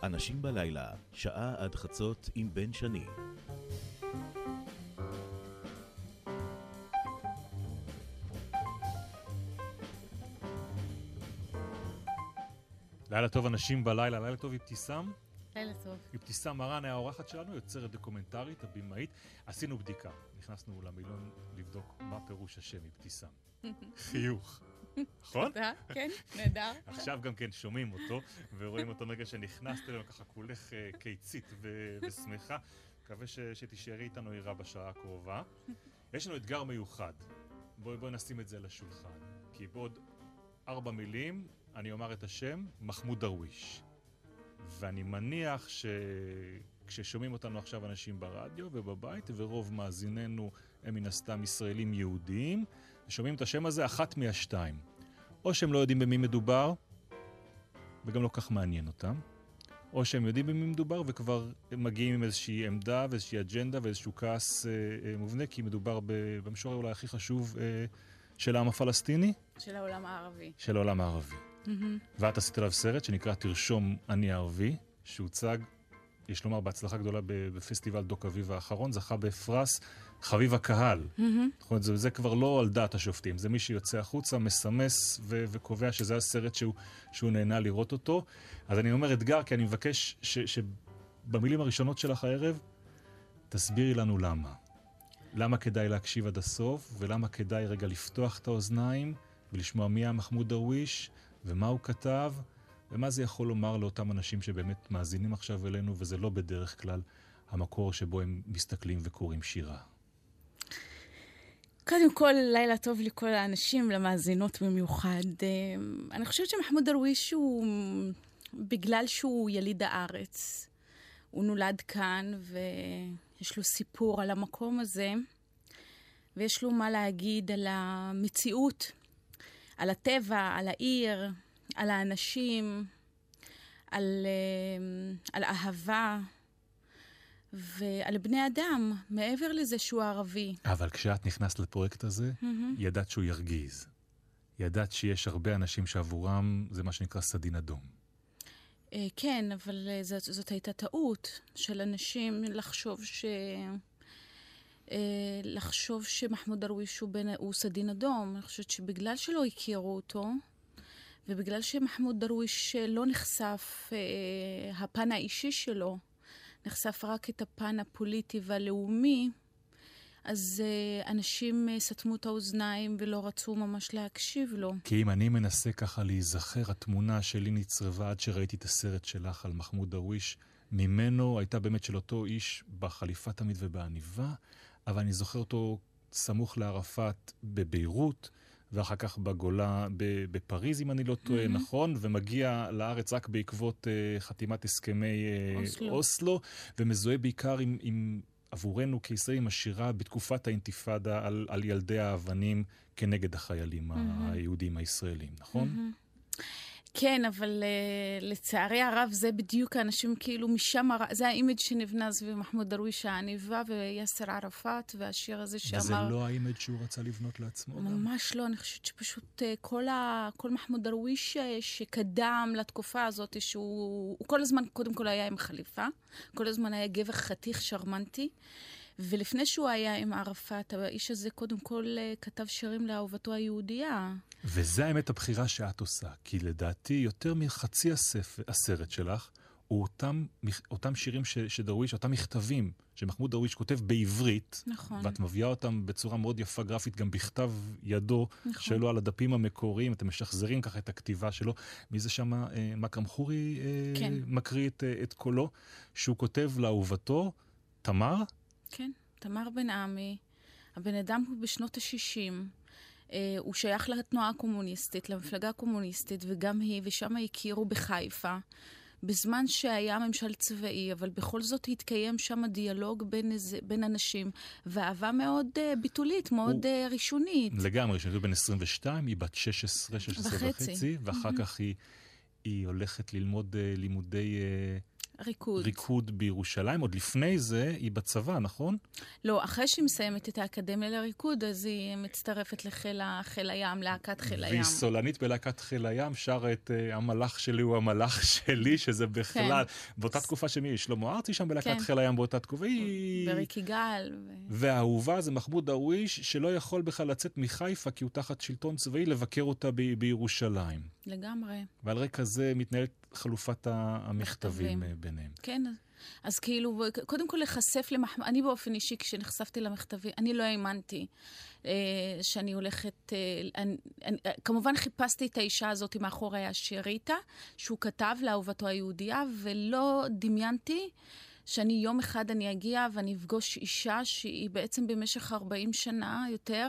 אנשים בלילה, שעה עד חצות עם בן שני. לילה טוב אנשים בלילה, לילה טוב אבתיסאם. לילה טוב. אבתיסאם מראענה האורחת שלנו, יוצרת דוקומנטרית, הבמאית. עשינו בדיקה, נכנסנו למילון לבדוק מה פירוש השם אבתיסאם. חיוך. נכון? תודה, כן, נהדר. עכשיו גם כן שומעים אותו, ורואים אותו מרגע שנכנסת אלינו ככה כולך קיצית ושמחה. מקווה שתישארי איתנו עירה בשעה הקרובה. יש לנו אתגר מיוחד. בואי נשים את זה לשולחן. כי בעוד 4 מילים אני אומר את השם מחמוד דרוויש. ואני מניח שכששומעים אותנו עכשיו אנשים ברדיו ובבית, ורוב מאזיננו הם מן הסתם ישראלים יהודיים, ושומעים את השם הזה אחת מהשתיים. או שהם לא יודעים במי מדובר, וגם לא כך מעניין אותם, או שהם יודעים במי מדובר וכבר מגיעים עם איזושהי עמדה ואיזושהי אג'נדה ואיזשהו כעס מובנה, כי מדובר במישור אולי הכי חשוב של העם הפלסטיני. של העולם הערבי. של העולם הערבי. ואת עשית עליו סרט שנקרא תרשום אני ערבי, שהוצג, יש לומר, בהצלחה גדולה בפסטיבל דוק אביב האחרון, זכה בפרס חביב הקהל. נכון, זה כבר לא על דעת השופטים, זה מי שיוצא החוצה, מסמס וקובע שזה הסרט שהוא נהנה לראות אותו. אז אני אומר אתגר, כי אני מבקש שבמילים הראשונות שלך הערב, תסבירי לנו למה. למה כדאי להקשיב עד הסוף, ולמה כדאי רגע לפתוח את האוזניים, ולשמוע מי מחמוד דרוויש, ומה הוא כתב, ומה זה יכול לומר לאותם אנשים שבאמת מאזינים עכשיו אלינו, וזה לא בדרך כלל המקור שבו הם מסתכלים וקוראים שירה. קודם כל, לילה טוב לכל האנשים, למאזינות במיוחד. אני חושבת שמחמוד דרוויש הוא, בגלל שהוא יליד הארץ, הוא נולד כאן, ויש לו סיפור על המקום הזה, ויש לו מה להגיד על המציאות, על הטבע, על העיר, על האנשים, על אהבה ועל בני אדם, מעבר לזה שהוא ערבי. אבל כשאת נכנסת לפרויקט הזה, ידעת שהוא ירגיז. ידעת שיש הרבה אנשים שעבורם זה מה שנקרא סדין אדום. כן, אבל זאת הייתה טעות של אנשים לחשוב שמחמוד דרוויש הוא סדין אדום. אני חושבת שבגלל שלא הכירו אותו, ובגלל שמחמוד דרוויש לא נחשף הפן האישי שלו, נחשף רק את הפן הפוליטי והלאומי, אז אנשים סתמו את האוזניים ולא רצו ממש להקשיב לו. כי אם אני מנסה ככה להיזכר, התמונה שלי נצרבה עד שראיתי את הסרט שלך על מחמוד דרוויש, ממנו הייתה באמת של אותו איש בחליפה תמיד ובעניבה, אבל אני זוכר אותו סמוך לערפאת בביירות, ואחר כך בגולה בפריז, אם אני לא טועה, נכון, ומגיע לארץ רק בעקבות חתימת הסכמי אוסלו, ומזוהה בעיקר עם עבורנו כישראלים השירה בתקופת האינתיפאדה על ילדי האבנים כנגד החיילים היהודים הישראלים, נכון? כן, אבל לצערי הרב זה בדיוק האנשים כאילו משם, זה האימג' שנבנה סביב מחמוד דרוויש העניבה ויאסר ערפאת, והשיר הזה שאמר... וזה לא האימג' שהוא רצה לבנות לעצמו? ממש לא, אני חושבת שפשוט כל מחמוד דרוויש שקדם לתקופה הזאת, שהוא כל הזמן קודם כל היה עם חליפה, כל הזמן היה גבר חתיך שרמנטי, ולפני שהוא היה עם ערפאת, האיש הזה קודם כל כתב שירים לאהובתו היהודייה. וזה האמת הבחירה שאת עושה, כי לדעתי יותר מחצי הסרט שלך, הוא אותם שירים שדרוויש, אותם מכתבים שמחמוד דרוויש כותב בעברית, נכון. ואת מביאה אותם בצורה מאוד יפה גרפית, גם בכתב ידו נכון. שלו על הדפים המקוריים, אתם משחזרים ככה את הכתיבה שלו, מי זה שם מקרם חורי כן. מקריא את קולו, שהוא כותב לאהובתו, תמר? כן, תמר בן עמי, הבן אדם הוא בשנות ה-60, הוא שייך לתנועה הקומוניסטית, למפלגה הקומוניסטית, וגם היא, ושם הכירו בחיפה, בזמן שהיה ממשל צבאי, אבל בכל זאת התקיים שם דיאלוג בין אנשים, ואהבה מאוד ביטולית, מאוד ראשונית. לגמרי, שהיא בן 22, היא בת 16 וחצי, ואחר כך היא הולכת ללמוד לימודי ריקוד בירושלים. עוד לפני זה היא בצבא, נכון? לא, אחרי שהיא מסיימת את האקדמיה לריקוד, אז היא מצטרפת לחיל הים, להקת חיל הים. והיא סולנית בלהקת חיל הים, שרה את המלאך שלי הוא המלאך שלי, שזה בכלל, באותה תקופה שמי, שלמה ארצי שם בלהקת חיל הים באותה תקופה. וריק יגאל. והאהובה זה מחמוד דרוויש, שלא יכול בכלל לצאת מחיפה, כי הוא תחת שלטון צבאי, לבקר אותה בירושלים. לגמרי. ועל רקע זה מתנהלת חלופת המכתבים ביניהם. כן, אז כאילו, קודם כל לחשף למחמוד, אני באופן אישי, כשנחשפתי למכתבים, אני לא האמנתי שאני הולכת, כמובן חיפשתי את האישה הזאת מאחורי השאריטה, שהוא כתב לאהובתו היהודייה, ולא דמיינתי שאני יום אחד אני אגיע ואני אפגוש אישה שהיא בעצם במשך 40 שנה יותר,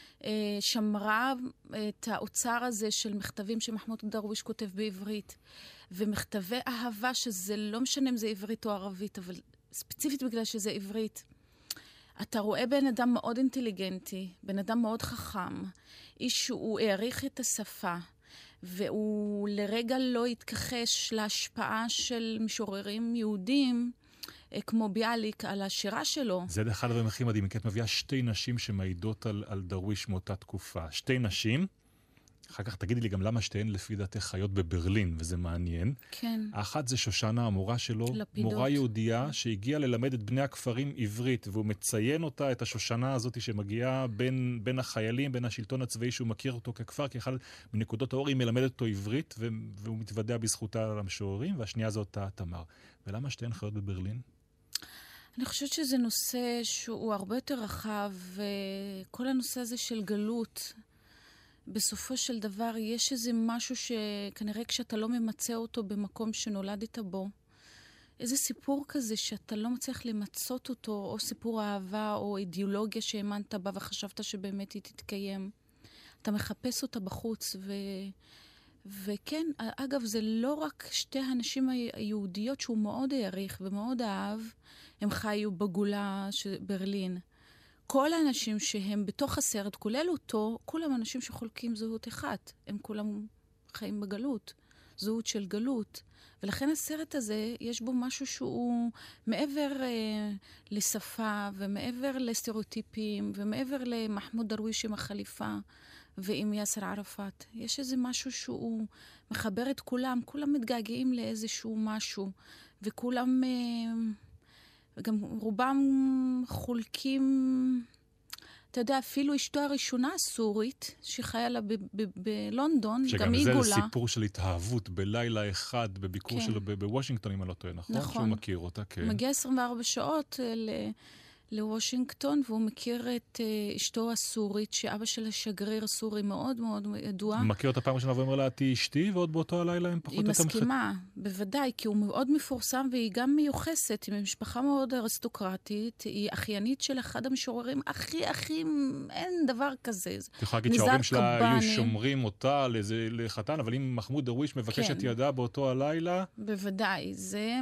שמרה את האוצר הזה של מכתבים שמחמוד דרוויש כותב בעברית, ומכתבי אהבה שזה לא משנה אם זה עברית או ערבית, אבל ספציפית בגלל שזה עברית. אתה רואה בן אדם מאוד אינטליגנטי, בן אדם מאוד חכם, איש שהוא העריך את השפה, והוא לרגע לא התכחש להשפעה של משוררים יהודים, כמו ביאליק, על השירה שלו. זה אחד הדברים הכי מדהים, כי את מביאה שתי נשים שמעידות על דרוויש מאותה תקופה. שתי נשים, אחר כך תגידי לי גם למה שתיהן לפי דעתך חיות בברלין, וזה מעניין. כן. האחת זה שושנה, המורה שלו, לפידות. מורה יהודייה שהגיעה ללמד את בני הכפרים עברית, והוא מציין אותה, את השושנה הזאת שמגיעה בין החיילים, בין השלטון הצבאי שהוא מכיר אותו ככפר, כאחד מנקודות האור, היא מלמדת אותו עברית, והוא מתוודע בזכותה על המשוררים, והשנייה זו אותה תמר. ולמה שתיהן חיות בברלין? אני חושבת שזה נושא שהוא הרבה יותר רחב, וכל הנושא הזה של גלות, בסופו של דבר יש איזה משהו שכנראה כשאתה לא ממצא אותו במקום שנולדת בו, איזה סיפור כזה שאתה לא מצליח למצות אותו, או סיפור אהבה או אידיאולוגיה שהאמנת בה וחשבת שבאמת היא תתקיים. אתה מחפש אותה בחוץ וכן, אגב, זה לא רק שתי הנשים היהודיות שהוא מאוד העריך ומאוד אהב, הם חיו בגולה של ברלין. כל האנשים שהם בתוך הסרט, כולל אותו, כולם אנשים שחולקים זהות אחת. הם כולם חיים בגלות, זהות של גלות. ולכן הסרט הזה, יש בו משהו שהוא מעבר לשפה, ומעבר לסטריאוטיפים, ומעבר למחמוד דרוויש עם החליפה, ועם יאסר ערפאת. יש איזה משהו שהוא מחבר את כולם, כולם מתגעגעים לאיזשהו משהו, וכולם, וגם רובם חולקים, אתה יודע, אפילו אשתו הראשונה הסורית, שחיה לה בלונדון, גם היא גולה. שגם זה סיפור של התאהבות בלילה אחד, בביקור שלו בוושינגטון, אם אני לא טועה, נכון? שהוא מכיר אותה, כן. מגיע 24 שעות לוושינגטון, והוא מכיר את אשתו הסורית, שאבא שלה שגריר סורי מאוד מאוד ידוע. הוא מכיר אותה פעם ראשונה ואומר לה, תהי אשתי, ועוד באותו הלילה הם פחות... היא מסכימה, בוודאי, כי הוא מאוד מפורסם, והיא גם מיוחסת, היא משפחה מאוד אריסטוקרטית, היא אחיינית של אחד המשוררים הכי, אין דבר כזה. אתה יכול להגיד שההורים שלה היו שומרים אותה לחתן, אבל אם מחמוד דרוויש מבקש את ידה באותו הלילה... בוודאי, זה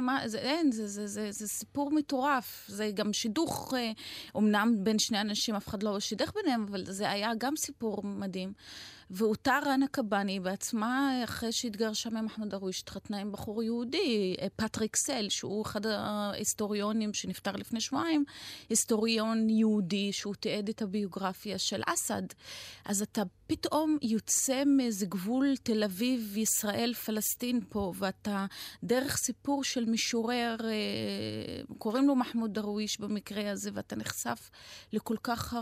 סיפור מטורף, זה גם שידוך... אמנם בין שני אנשים אף אחד לא שידך ביניהם, אבל זה היה גם סיפור מדהים. ואותה רנה קבני בעצמה, אחרי שהתגרשה ממחמוד דרוויש, התחתנה עם בחור יהודי, פטריק סל, שהוא אחד ההיסטוריונים שנפטר לפני שבועיים, היסטוריון יהודי שהוא תיעד את הביוגרפיה של אסד. אז אתה פתאום יוצא מאיזה גבול תל אביב, ישראל, פלסטין פה, ואתה דרך סיפור של משורר, קוראים לו מחמוד דרוויש במקרה הזה, ואתה נחשף לכל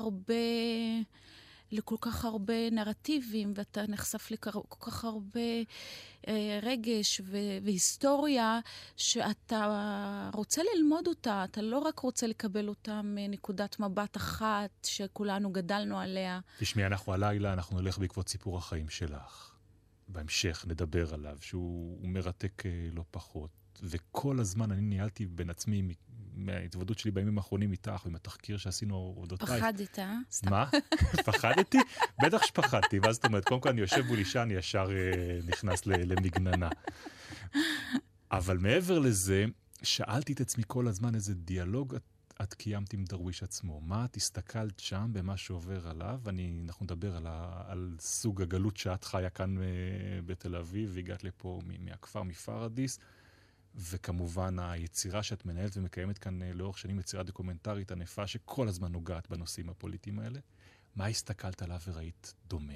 כך הרבה נרטיבים, ואתה נחשף לכל כך הרבה רגש והיסטוריה, שאתה רוצה ללמוד אותה, אתה לא רק רוצה לקבל אותה מנקודת מבט אחת שכולנו גדלנו עליה. תשמעי, הלילה אנחנו נלך בעקבות סיפור החיים שלך. בהמשך נדבר עליו, שהוא מרתק לא פחות. וכל הזמן אני ניהלתי בין עצמי מההתוודות שלי בימים האחרונים איתך, ועם התחקיר שעשינו עובדותיי. פחדת, סתם. מה? פחדתי? בטח שפחדתי. ואז זאת אומרת, קודם כל אני יושב מול אישה, אני ישר נכנס למגננה. אבל מעבר לזה, שאלתי את עצמי כל הזמן איזה דיאלוג את קיימת עם דרוויש עצמו. מה את הסתכלת שם במה שעובר עליו? אנחנו נדבר על סוג הגלות שאת חיה כאן בתל אביב, והגעת לפה מהכפר, מפרדיס. וכמובן היצירה שאת מנהלת ומקיימת כאן לאורך שנים, יצירה דוקומנטרית ענפה שכל הזמן נוגעת בנושאים הפוליטיים האלה. מה הסתכלת עליו וראית דומה?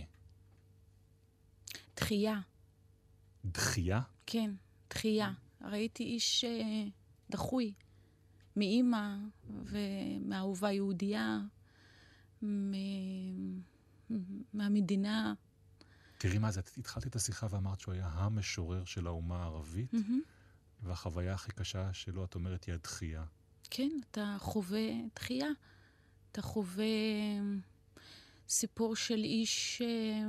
דחייה. דחייה? כן, דחייה. ראיתי איש דחוי, מאמא ומאהובה יהודייה, מהמדינה. תראי מה זה, התחלתי את השיחה ואמרת שהוא היה המשורר של האומה הערבית, והחוויה הכי קשה שלו, את אומרת, היא הדחייה. כן, אתה חווה דחייה. אתה חווה סיפור של איש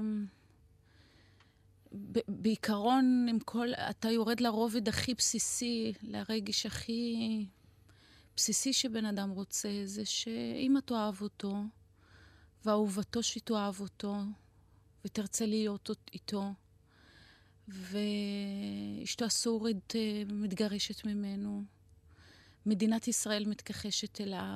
בעיקרון, אתה יורד לרובד הכי בסיסי, לרגש הכי בסיסי שבן אדם רוצה, זה שאמא תאהב אותו, ואהובתו שתאהב אותו, ותרצה להיות איתו, ואשתו הסורית מתגרשת ממנו, מדינת ישראל מתכחשת אליו,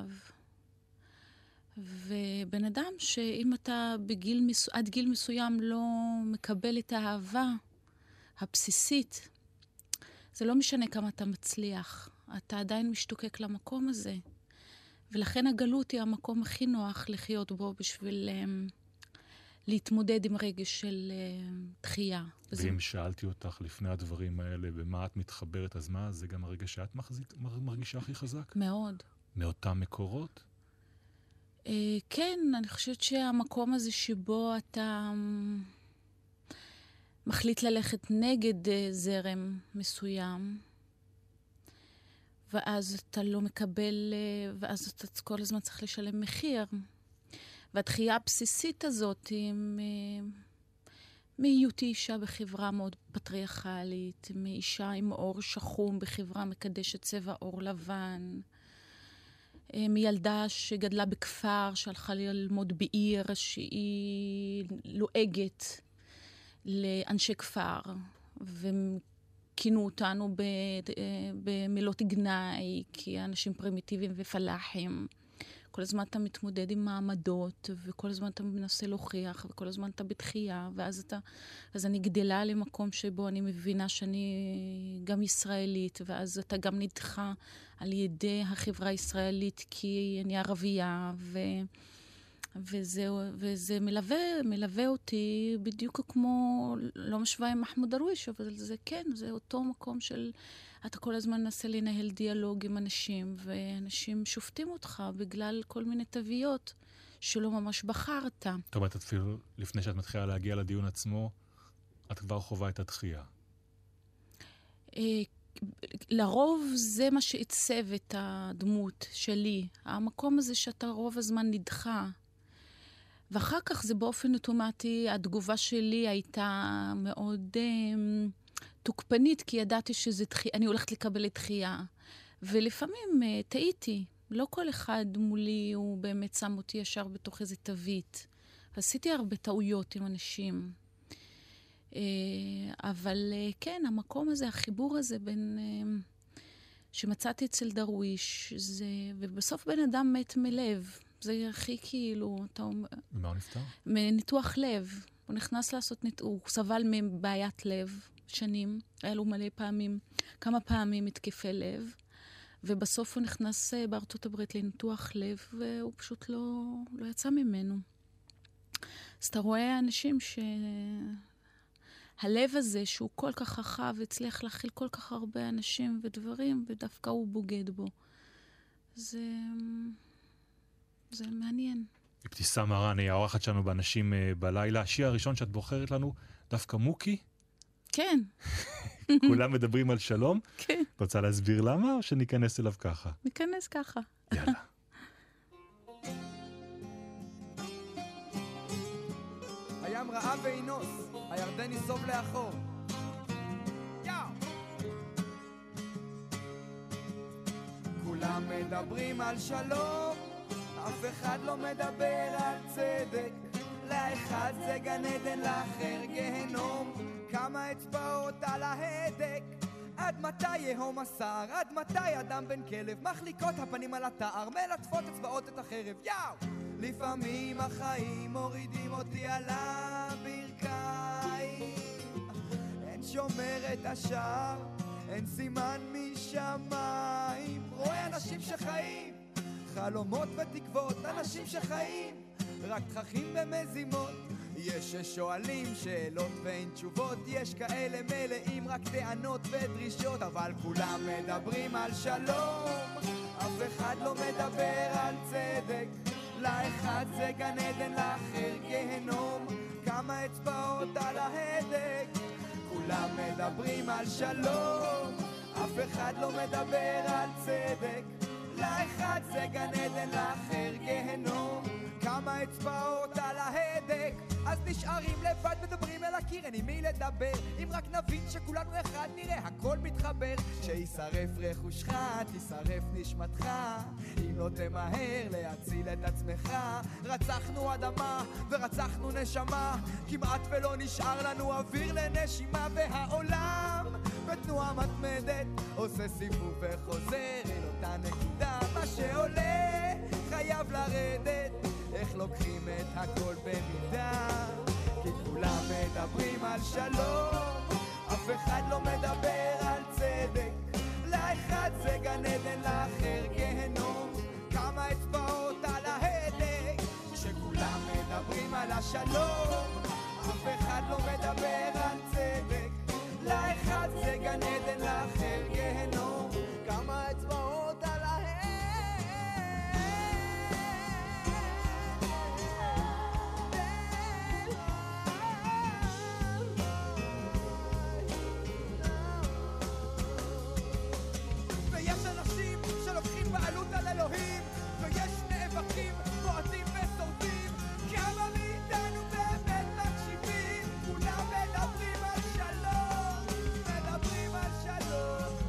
ובן אדם שאם אתה עד גיל מסוים לא מקבל את האהבה הבסיסית, זה לא משנה כמה אתה מצליח, אתה עדיין משתוקק למקום הזה, ולכן הגלות היא המקום הכי נוח לחיות בו בשביל להתמודד עם רגש של דחייה. ואם שאלתי אותך לפני הדברים האלה, במה את מתחברת, אז מה? זה גם הרגש שאת מרגישה הכי חזק? מאוד. מאותם מקורות? כן, אני חושבת שהמקום הזה שבו אתה מחליט ללכת נגד זרם מסוים, ואז אתה לא מקבל, ואז אתה כל הזמן צריך לשלם מחיר. והדחייה הבסיסית הזאת היא מהיותי אישה בחברה מאוד פטריארכלית, מאישה עם אור שחום בחברה מקדשת צבע אור לבן, מילדה שגדלה בכפר, שהלכה ללמוד בעיר, שהיא לועגת לאנשי כפר, וכינו אותנו במילות גנאי, כי אנשים פרימיטיביים ופלאחים. כל הזמן אתה מתמודד עם מעמדות, וכל הזמן אתה מנסה להוכיח, וכל הזמן אתה בתחייה, אז אני גדלה למקום שבו אני מבינה שאני גם ישראלית, ואז אתה גם נדחה על ידי החברה הישראלית, כי אני ערבייה, וזה מלווה אותי בדיוק כמו, לא משווה עם מחמוד דרוויש, אבל זה כן, זה אותו מקום של, אתה כל הזמן מנסה לנהל דיאלוג עם אנשים, ואנשים שופטים אותך בגלל כל מיני תוויות שלא ממש בחרת. זאת אומרת, אפילו לפני שאת מתחילה להגיע לדיון עצמו, את כבר חובה את הדחייה. לרוב זה מה שעיצב את הדמות שלי. המקום הזה שאתה רוב הזמן נדחה. ואחר כך זה באופן אוטומטי, התגובה שלי הייתה מאוד תוקפנית, כי ידעתי אני הולכת לקבל את דחייה. ולפעמים טעיתי. לא כל אחד מולי הוא באמת שם אותי ישר בתוך איזה תווית. עשיתי הרבה טעויות עם אנשים. אבל כן, המקום הזה, החיבור הזה בין, שמצאתי אצל דרוויש, ובסוף בן אדם מת מלב. זה הכי כאילו, אתה אומר... ומה הוא נפטר? מניתוח לב. הוא נכנס לעשות הוא סבל מבעיית לב שנים. היה לו כמה פעמים התקפי לב. ובסוף הוא נכנס בארצות הברית לניתוח לב, והוא פשוט לא יצא ממנו. אז אתה רואה אנשים הלב הזה, שהוא כל כך רחב, הצליח להכיל כל כך הרבה אנשים ודברים, ודווקא הוא בוגד בו. זה מעניין. אבתיסאם מראענה היא האורחת שלנו באנשים בלילה. השיר הראשון שאת בוחרת לנו, דווקא מוקי? כן. כולם מדברים על שלום? כן. רוצה להסביר למה או שניכנס אליו ככה? ניכנס ככה. יאללה. הים רעב ואינוס, הירדן ייסוב לאחור. כולם מדברים על שלום, אף אחד לא מדבר על צדק. לאחד זה גן עדן, לאחר גהנום. כמה אצבעות על ההדק, עד מתי יהום השר, עד מתי אדם בן כלב, מחליקות הפנים על התאר, מלטפות אצבעות את החרב. לפעמים החיים מורידים אותי על הברכיים, אין שומר את השער, אין סימן משמיים. רואה אנשים שחיים חלומות ותקוות, אנשים שחיים רק תככים ומזימות. יש ששואלים שאלות ואין תשובות, יש כאלה מלאים רק טענות ודרישות, אבל כולם מדברים על שלום, אף אחד לא מדבר על צדק. לאחד זה גן עדן, לאחר גיהנום, כמה אצבעות על ההדק. כולם מדברים על שלום, אף אחד לא מדבר על צדק. לאחד זה גן עדן, לאחר גיהנום, כמה אצבעות על ההדק. אז נשארים לבד, מדברים אל הקיר, אין עם מי לדבר. אם רק נבין שכולנו אחד, נראה הכל מתחבר. שישרף רכושך, תשרף נשמתך, אם לא תמהר להציל את עצמך. רצחנו אדמה ורצחנו נשמה, כמעט ולא נשאר לנו אוויר לנשימה. והעולם בתנועה מתמדת עושה סיבוב וחוזר אל אותה נקודה. מה שעולה חייב לרדת, איך לוקחים את הכל במידה. כי כולם מדברים על שלום, אף אחד לא מדבר על צדק. לאחד זה גן עדן, לאחר גיהנום, כמה אצבעות על ההדק. כשכולם מדברים על השלום, אף אחד לא מדבר על צדק. לאחד זה גן עדן, לאחר גיהנום, כמה אצבעות על ההדק. ויש אנשים שלוקחים בעלות על אלוהים, ויש נאבקים, בועטים ושורדים. כמה מאיתנו באמת מקשיבים? כולם מדברים על שלום, מדברים על שלום.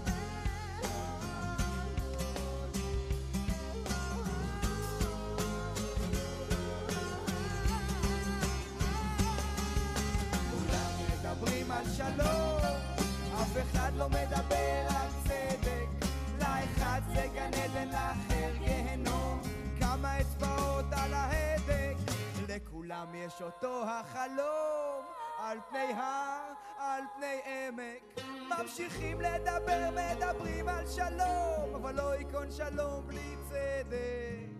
כולם מדברים על שלום, אף אחד לא מדבר על צדק. לאחד זה גן עדן, לאחר גיהנום, כמה אצבעות על ההדק. לכולם יש אותו החלום, על פני הר, על פני עמק. ממשיכים לדבר, מדברים על שלום, אבל לא ייכון שלום בלי צדק.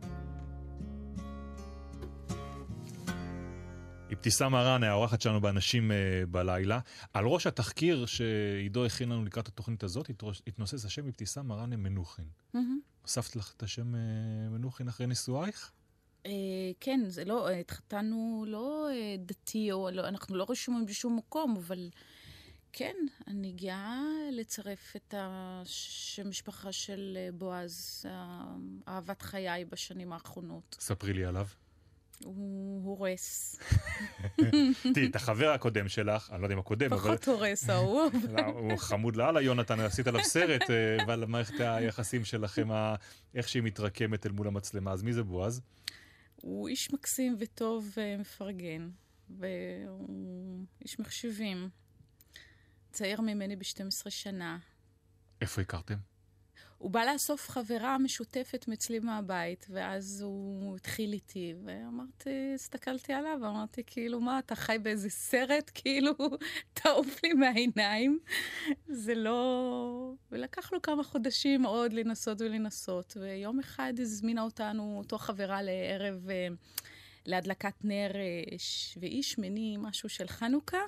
אבתיסאם מראענה, האורחת שלנו באנשים בלילה. על ראש התחקיר שעידו הכין לנו לקראת התוכנית הזאת, התנוסס השם אבתיסאם מראענה מנוחין. הוספת לך את השם מנוחין אחרי נישואייך? כן, זה לא, התחתנו לא דתי, או לא, אנחנו לא רשומים בשום מקום, אבל כן, אני גאה לצרף את השם משפחה של בועז, אהבת חיי בשנים האחרונות. ספרי לי עליו. הוא הורס. תראי, את החבר הקודם שלך, אני לא יודע אם הקודם, אבל... פחות הורס, ההוא. הוא חמוד לאללה, יונתן, עשית עליו סרט, ועל מערכת היחסים שלכם, איך שהיא מתרקמת אל מול המצלמה. אז מי זה בועז? הוא איש מקסים וטוב ומפרגן, והוא איש מחשבים. צעיר ממני ב-12 שנה. איפה הכרתם? הוא בא לאסוף חברה משותפת מצלי מהבית, ואז הוא התחיל איתי, ואמרתי, הסתכלתי עליו, ואמרתי, כאילו, מה, אתה חי באיזה סרט, כאילו, תעוף לי מהעיניים. זה לא... ולקח לו כמה חודשים עוד לנסות ולנסות, ויום אחד הזמינה אותנו, אותו חברה לערב, להדלקת נר ואיש מני, משהו של חנוכה,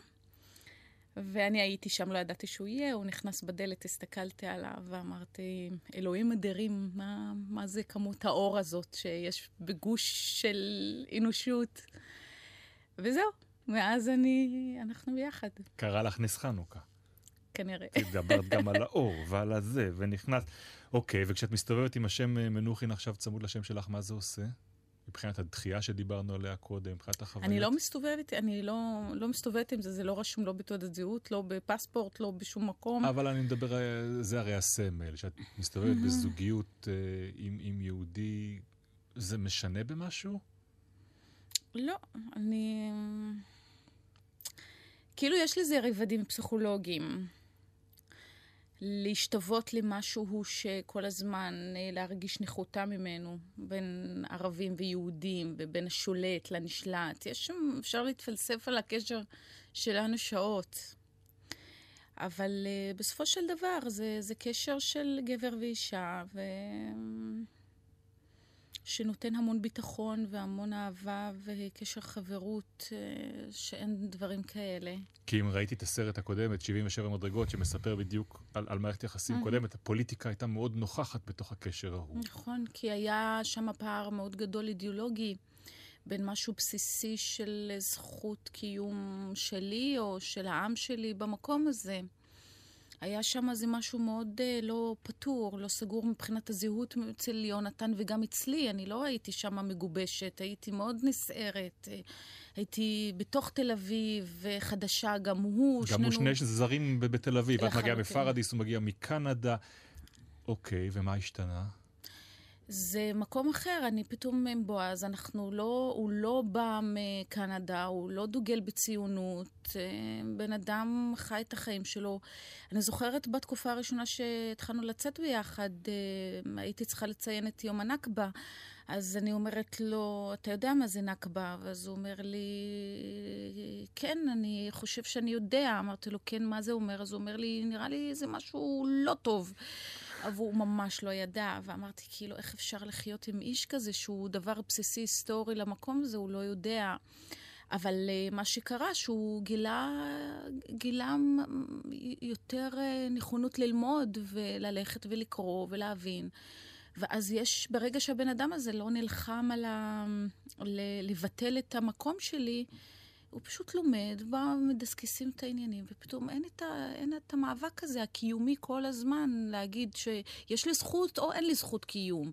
ואני הייתי שם, לא ידעתי שהוא יהיה, הוא נכנס בדלת, הסתכלתי עליו ואמרתי, אלוהים אדירים, מה זה כמות האור הזאת שיש בגוש של אנושות? וזהו, מאז אנחנו ביחד. קרא לך נס חנוכה. כנראה. תדברת גם על האור ועל הזה, ונכנס... אוקיי, וכשאת מסתובבת עם השם מנוחין עכשיו צמוד לשם שלך, מה זה עושה? מבחינת הדחייה שדיברנו עליה קודם, מבחינת החוויות? אני לא מסתובבת עם זה, זה לא רשום, לא בתעודת זהות, לא בפספורט, לא בשום מקום. אבל אני מדבר, זה הרי הסמל, שאת מסתובבת בזוגיות עם יהודי, זה משנה במשהו? לא, כאילו יש לזה רבדים פסיכולוגיים. להשתוות למשהו שכל הזמן להרגיש נחותה ממנו, בין ערבים ויהודים, ובין השולט לנשלט. יש שם, אפשר להתפלסף על הקשר שלנו שעות. אבל בסופו של דבר זה קשר של גבר ואישה, שנותן המון ביטחון והמון אהבה וקשר חברות, שאין דברים כאלה. כי אם ראיתי את הסרט הקודם, את 77 מדרגות, שמספר בדיוק על מערכת יחסים קודמת, הפוליטיקה הייתה מאוד נוכחת בתוך הקשר ההוא. נכון, כי היה שם פער מאוד גדול אידיאולוגי, בין משהו בסיסי של זכות קיום שלי או של העם שלי במקום הזה. היה שם איזה משהו מאוד לא פתור, לא סגור מבחינת הזהות אצל יונתן וגם אצלי. אני לא הייתי שם מגובשת, הייתי מאוד נסערת. הייתי בתוך תל אביב, חדשה, גם הוא. גם הוא שני זרים בתל אביב. את מגיעה מפרדיס, הוא מגיע מקנדה. אוקיי, ומה השתנה? זה מקום אחר, אני פתאום עם בועז, הוא לא בא מקנדה, הוא לא דוגל בציונות, בן אדם חי את החיים שלו. אני זוכרת בתקופה הראשונה שהתחלנו לצאת ביחד, הייתי צריכה לציין את יום הנכבה, אז אני אומרת לו, אתה יודע מה זה נכבה? ואז הוא אומר לי, כן, אני חושב שאני יודע. אמרתי לו, כן, מה זה אומר? אז הוא אומר לי, נראה לי זה משהו לא טוב. אבל הוא ממש לא ידע, ואמרתי, כאילו, איך אפשר לחיות עם איש כזה, שהוא דבר בסיסי היסטורי למקום הזה, הוא לא יודע. אבל מה שקרה, שהוא גילה יותר נכונות ללמוד, וללכת ולקרוא ולהבין. ואז ברגע שהבן אדם הזה לא נלחם לבטל את המקום שלי, הוא פשוט לומד, מדסקסים את העניינים, ופתאום אין את המאבק הזה, הקיומי כל הזמן, להגיד שיש לי זכות או אין לי זכות קיום.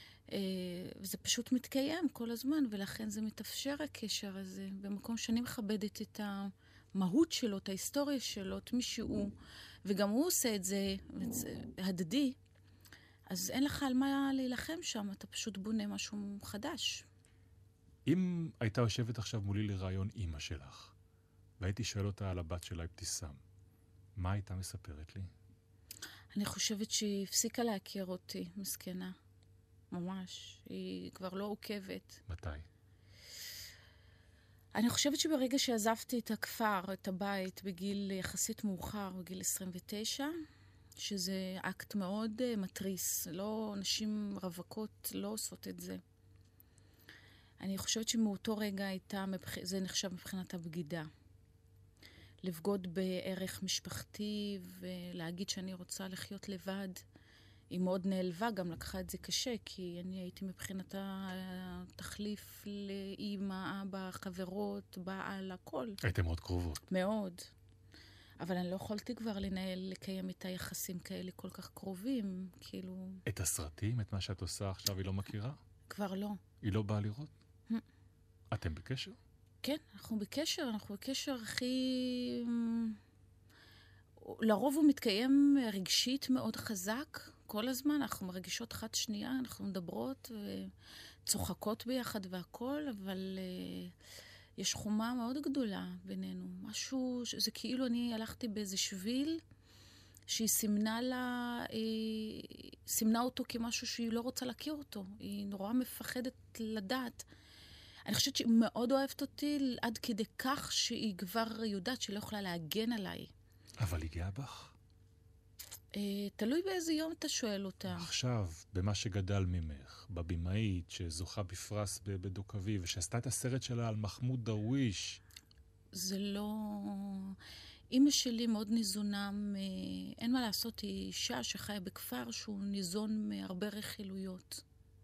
וזה פשוט מתקיים כל הזמן, ולכן זה מתאפשר הקשר הזה, במקום שאני מכבדת את המהות שלו, את ההיסטוריה שלו, את מי שהוא, וגם הוא עושה את זה הדדי, אז אין לך על מה להילחם שם, אתה פשוט בונה משהו חדש. אם הייתה יושבת עכשיו מולי לרעיון אמא שלך, והייתי שואל אותה על הבת שלה אבתיסאם, מה הייתה מספרת לי? אני חושבת שהיא הפסיקה להכיר אותי, מסכנה. ממש. היא כבר לא עוקבת. מתי? אני חושבת שברגע שעזבתי את הכפר, את הבית, בגיל יחסית מאוחר, בגיל 29, שזה אקט מאוד מטריס. לא, נשים רווקות לא עושות את זה. אני חושבת שמאותו רגע זה נחשב מבחינת הבגידה. לבגוד בערך משפחתי ולהגיד שאני רוצה לחיות לבד. היא מאוד נעלבה, גם לקחה את זה קשה, כי אני הייתי מבחינתה תחליף לאמא, אבא, חברות, בעל, הכל. הייתם מאוד קרובות. מאוד. אבל אני לא יכולתי כבר לקיים איתה יחסים כאלה כל כך קרובים, כאילו... את הסרטים, את מה שאת עושה עכשיו, היא לא מכירה? כבר לא. היא לא באה לראות? אתם בקשר? כן, אנחנו בקשר הכי... לרוב הוא מתקיים רגשית מאוד חזק, כל הזמן, אנחנו מרגישות אחת שנייה, אנחנו מדברות וצוחקות ביחד והכל, אבל יש חומה מאוד גדולה בינינו. משהו, זה כאילו אני הלכתי באיזה שביל, שהיא סימנה אותו כמשהו שהיא לא רוצה להכיר אותו. היא נורא מפחדת לדעת. אני חושבת שהיא מאוד אוהבת אותי עד כדי כך שהיא כבר יודעת שהיא לא יכולה להגן עליי. אבל היא גאה בך? תלוי באיזה יום אתה שואל אותה. עכשיו, במה שגדל ממך, בבימאית שזוכה בפרס בדוקאביב, ושעשתה את הסרט שלה על מחמוד דרוויש. זה לא... אמא שלי מאוד ניזונה, אין מה לעשות, היא אישה שחיה בכפר שהוא ניזון מהרבה רכילויות.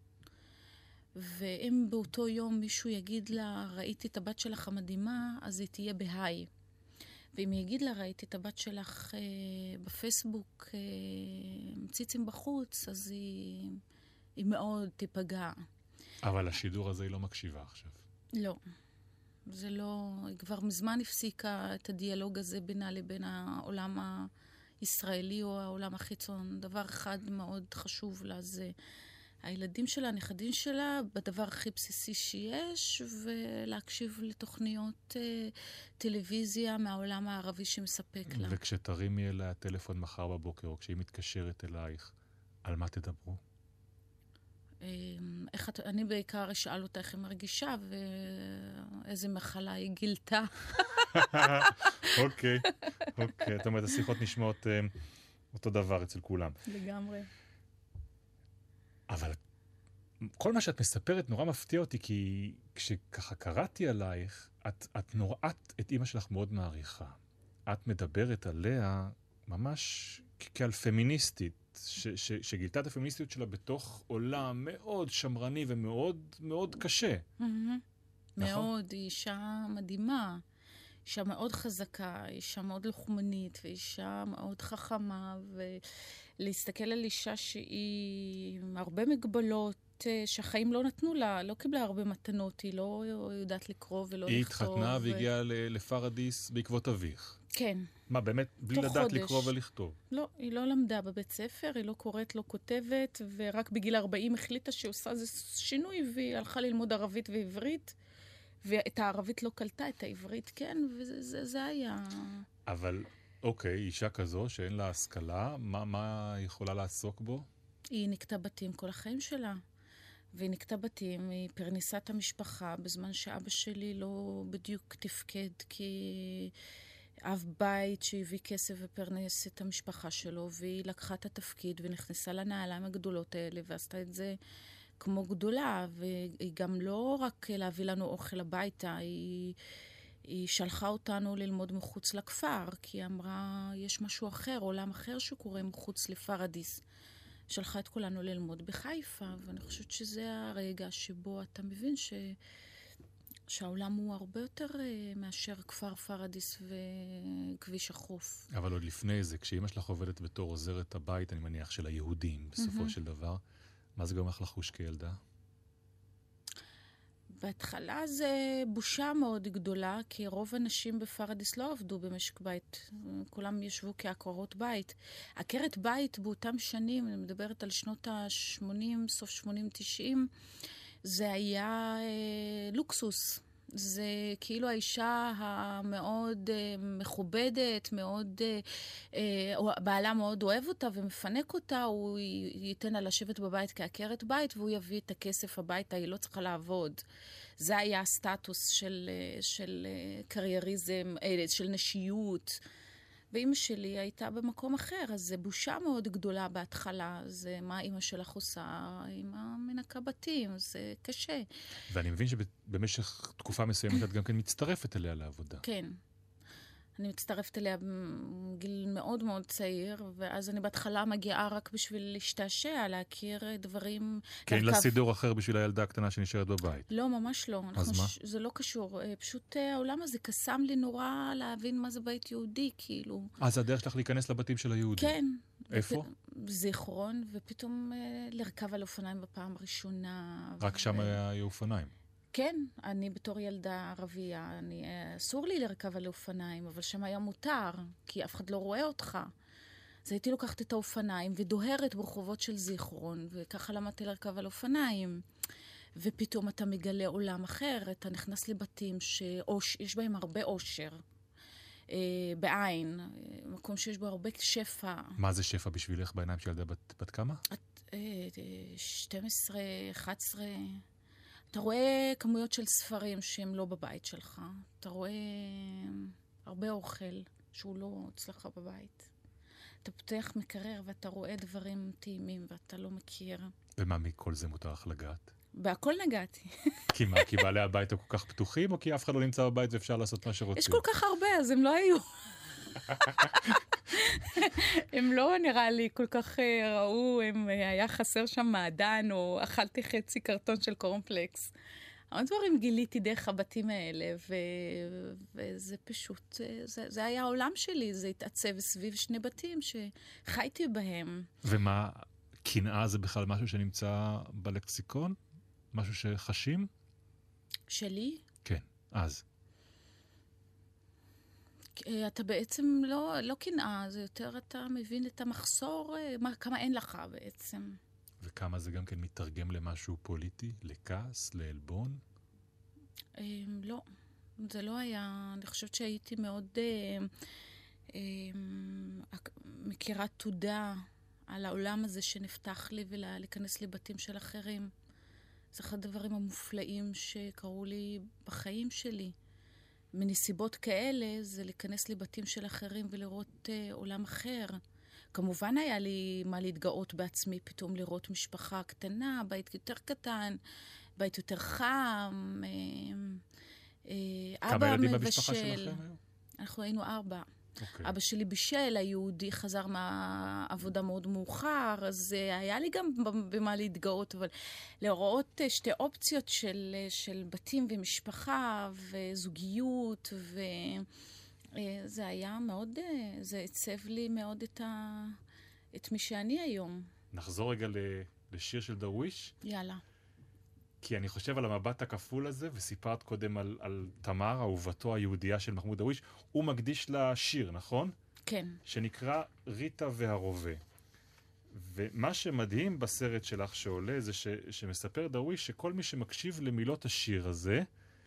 ואם באותו יום מישהו יגיד לה, ראיתי את הבת שלך המדהימה, אז היא תהיה בהיי. ואם יגיד לה, ראיתי את הבת שלך בפייסבוק, ציצים בחוץ, אז היא מאוד תיפגע. אבל השידור הזה היא לא מקשיבה עכשיו. לא. זה לא... היא כבר מזמן הפסיקה את הדיאלוג הזה בינה לבין העולם הישראלי או העולם החיצון. דבר אחד מאוד חשוב לה זה... הילדים שלה, הנכדים שלה, בדבר הכי בסיסי שיש, ולהקשיב לתוכניות טלוויזיה מהעולם הערבי שמספק לה. וכשתרימי אליה הטלפון מחר בבוקר, או כשהיא מתקשרת אלייך, על מה תדברו? אני בעיקר אשאל אותה איך היא מרגישה, ואיזה מחלה היא גילתה. אוקיי, אוקיי, זאת אומרת, השיחות נשמעות אותו דבר אצל כולם. לגמרי. אבל כל מה שאת מספרת נורא מפתיע אותי, כי כשככה קראתי עלייך, את אימא שלך מאוד מעריכה. את מדברת עליה ממש כעל פמיניסטית, שגילתה את הפמיניסטיות שלה בתוך עולם מאוד שמרני ומאוד מאוד קשה. מאוד, היא אישה מדהימה. אישה מאוד חזקה, אישה מאוד לוחמנית, ואישה מאוד חכמה, ולהסתכל על אישה שהיא עם הרבה מגבלות, שהחיים לא נתנו לה, לא קיבלה הרבה מתנות, היא לא יודעת לקרוא ולא לכתוב. היא התחתנה והגיעה לפרדיס בעקבות אביך. כן. מה, באמת, בלי לדעת לקרוא ולכתוב? לא, היא לא למדה בבית ספר, היא לא קוראת, לא כותבת, ורק בגיל 40 החליטה שהיא עושה איזה שינוי, והיא הלכה ללמוד ערבית ועברית, ואת הערבית לא קלטה, את העברית כן, וזה היה... אבל, אוקיי, אישה כזו שאין לה השכלה, מה היא יכולה לעסוק בו? היא נקטה בתים כל החיים שלה. והיא נקטה בתים, היא פרנסה את המשפחה, בזמן שאבא שלי לא בדיוק תפקד, כי אב בית שהביא כסף ופרנס את המשפחה שלו, והיא לקחה את התפקיד ונכנסה לנעליים הגדולות האלה, ועשתה את זה כמו גדולה, והיא גם לא רק להביא לנו אוכל הביתה, היא שלחה אותנו ללמוד מחוץ לכפר, כי היא אמרה, יש משהו אחר, עולם אחר שקורה מחוץ לפרדיס. שלחה את כולנו ללמוד בחיפה, ואני חושבת שזה הרגע שבו אתה מבין שהעולם הוא הרבה יותר מאשר כפר פרדיס וכביש החוף. אבל עוד לפני זה, כשאמא שלך עובדת בתור עוזרת הבית, אני מניח, של היהודים, בסופו של דבר, מה זה גורם לך לחוש כילדה? בהתחלה זה בושה מאוד גדולה, כי רוב הנשים בפרדיס לא עבדו במשק בית. כולם ישבו כעקרות בית. עקרת בית באותם שנים, אני מדברת על שנות ה-80, סוף 80-90, זה היה לוקסוס. זה כאילו האישה המאוד מכובדת, מאוד, בעלה מאוד אוהב אותה ומפנק אותה, הוא ייתן לה לשבת בבית כעקרת בית, והוא יביא את הכסף הביתה, היא לא צריכה לעבוד. זה היה הסטטוס של קרייריזם, של נשיות. ואמא שלי הייתה במקום אחר, אז זה בושה מאוד גדולה בהתחלה, זה מה אמא שלך עושה, אמא מנקה בתים, זה קשה. ואני מבין שבמשך תקופה מסוימת את גם כן מצטרפת אליה לעבודה. כן. אני מצטרפת אליה בגיל מאוד מאוד צעיר, ואז אני בהתחלה מגיעה רק בשביל להשתעשע, להכיר דברים... כי אין לה סידור אחר בשביל הילדה הקטנה שנשארת בבית. לא, ממש לא. אז מה? זה לא קשור. פשוט העולם הזה קסם לי נורא להבין מה זה בית יהודי, כאילו. אז הדרך שלך להיכנס לבתים של היהודים. כן. איפה? זיכרון, ופתאום לרכב על אופניים בפעם הראשונה. רק שם היו אופניים. כן, אני בתור ילדה ערבייה, אסור לי לרכב על אופניים, אבל שם היה מותר, כי אף אחד לא רואה אותך. אז הייתי לוקחת את האופניים ודוהרת ברחובות של זיכרון, וככה למדתי לרכב על אופניים. ופתאום אתה מגלה עולם אחר, אתה נכנס לבתים שיש בהם הרבה אושר, בעין, מקום שיש בו הרבה שפע. מה זה שפע בשבילך בעיניים של ילדה בת כמה? 12, 11... אתה רואה כמויות של ספרים שהם לא בבית שלך. אתה רואה הרבה אוכל שהוא לא אצלך בבית. אתה פותח מקרר ואתה רואה דברים טעימים ואתה לא מכיר. ומה מכל זה מותר לך לגעת? בהכל נגעתי. כי מה? כי בעלי הבית הם כל כך פתוחים, או כי אף אחד לא נמצא בבית ואפשר לעשות מה שרוצים? יש כל כך הרבה, אז הם לא היו. הם לא נראה לי כל כך ראו, היה חסר שם מעדן, או אכלתי חצי קרטון של קורנפלקס. המון דברים גיליתי דרך הבתים האלה, וזה פשוט, זה היה העולם שלי, זה התעצב סביב שני בתים שחייתי בהם. ומה, קנאה זה בכלל משהו שנמצא בלקסיקון? משהו שחשים? שלי? כן, אז. אתה בעצם לא קנאה, זה יותר אתה מבין את המחסור, כמה אין לך בעצם. וכמה זה גם כן מתרגם למשהו פוליטי? לכעס? לעלבון? לא, זה לא היה. אני חושבת שהייתי מאוד מכירה תודה על העולם הזה שנפתח לי ולהיכנס לבתים של אחרים. זה אחד הדברים המופלאים שקראו לי בחיים שלי. מנסיבות כאלה זה להיכנס לבתים של אחרים ולראות עולם אחר. כמובן היה לי מה להתגאות בעצמי, פתאום לראות משפחה קטנה, בית יותר קטן, בית יותר חם, כמה ילדים במשפחה שלכם היו? אנחנו היינו 4. אוקיי. אבא שלי בישל, היהודי חזר מהעבודה מאוד מאוחר, אז היה לי גם במה להתגאות, אבל לראות שתי אופציות של בתים ומשפחה וזוגיות, וזה היה מאוד, זה הצב לי מאוד את מי שאני היום. נחזור רגע לשיר של דרוויש. יאללה. כי אני חושב על המבט הכפול הזה, וסיפרת קודם על תמר, אהובתו היהודייה של מחמוד דרוויש. הוא מקדיש לה שיר, נכון? כן. שנקרא ריטה והרובה. ומה שמדהים בסרט שלך שעולה, זה שמספר דרוויש שכל מי שמקשיב למילות השיר הזה,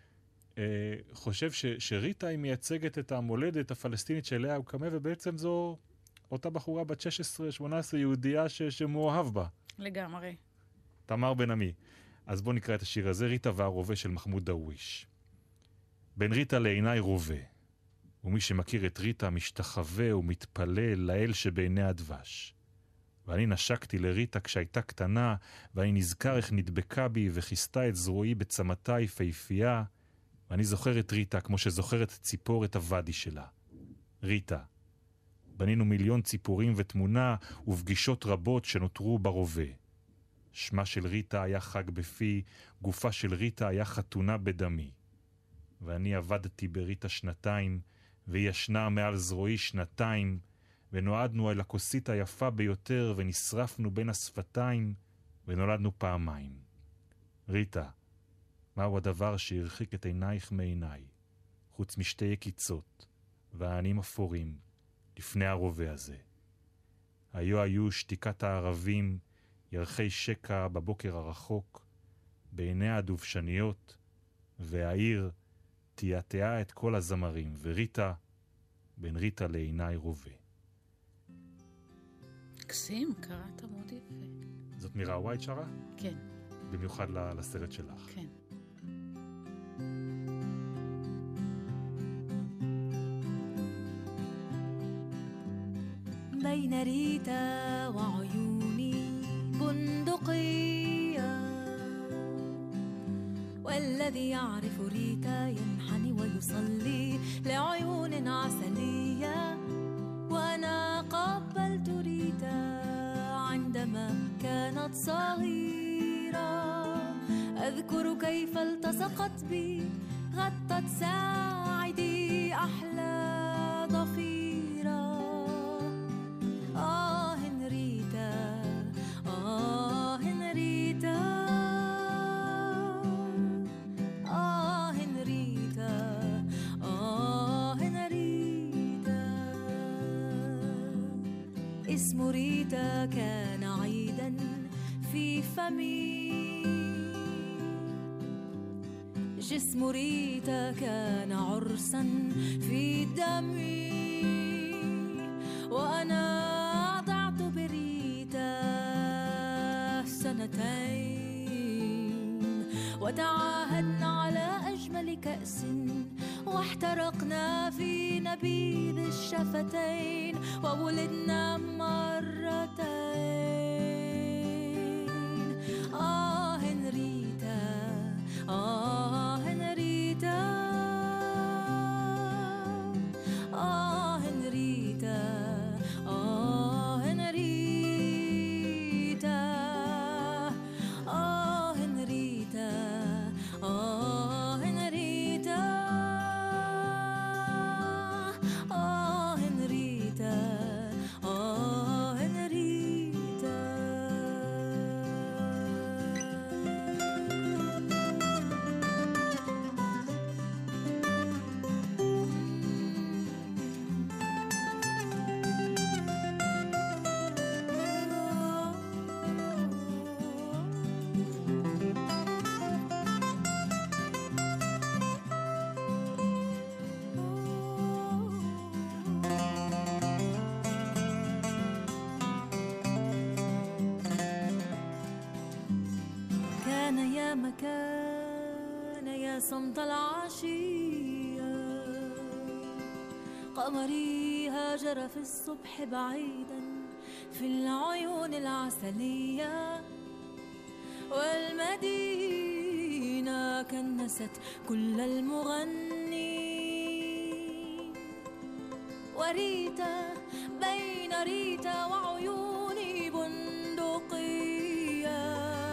חושב שריטה היא מייצגת את המולדת הפלסטינית שאליה הוא קמה, ובעצם זו אותה בחורה בת 16-18 יהודייה שמאוהב בה. לגמרי. תמר בן עמי. אז בואו נקרא את השיר הזה, ריטה והרובה של מחמוד דרוויש. בין ריטה לעיניי רובה, ומי שמכיר את ריטה משתחווה ומתפלל לאל שבעיני הדבש. ואני נשקתי לריטה כשהייתה קטנה, ואני נזכר איך נדבקה בי וכיסתה את זרועי בצמתה יפהפייה, ואני זוכר את ריטה כמו שזוכרת ציפור את הוואדי שלה. ריטה. בנינו מיליון ציפורים ותמונה ופגישות רבות שנותרו ברובה. שמה של ריטה היה חג בפי, גופה של ריטה היה חתונה בדמי. ואני עבדתי בריטה 2, והיא ישנה מעל זרועי 2, ונועדנו אל הכוסית היפה ביותר, ונשרפנו בין השפתיים, ונולדנו פעמיים. ריטה, מהו הדבר שהרחיק את עינייך מעיניי, חוץ משתי יקיצות, והענים אפורים, לפני הרובה הזה. היו שתיקת הערבים, ירחי שקע בבוקר הרחוק, בעיני הדובשניות, והעיר תיעתעה את כל הזמרים, וריטה, בין ריטה לעיניי רובה. קסים, קראת מאוד יפה. זאת מירה ווייט שרה? כן. במיוחד לסרט שלך. כן. بين ريتا وعيوني بندقية والذي يعرف ريتا ينحني ويصلي لعيون عسلية وأنا قبلت ريتا عندما كانت صغيرة أذكر كيف التصقت بي غطت ساعدي أحلى ضفيرة هنريتا هنريتا هنريتا هنريتا اسم ريتا كان عيدا في فمي جسم ريتا كان عرسا في دمي وأنا ضعت بريتا 2 وتعاهدنا على أجمل كأس واحترقنا في نبيذ الشفتين وولدنا مرتين هنريتا هنريتا هنريتا هنريتا هنريتا هنريتا هنريتا كان يا مكان يا صمت العشية قمري هاجر في الصبح بعيدا في العيون العسلية والمدينة كنست كل المغنين وريتا بين ريتا وعيوني بندقية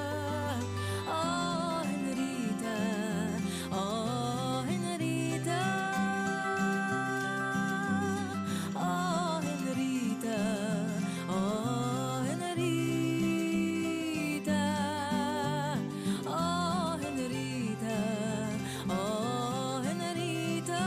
هنريتا هنريتا هنريتا هنريتا هنريتا هنريتا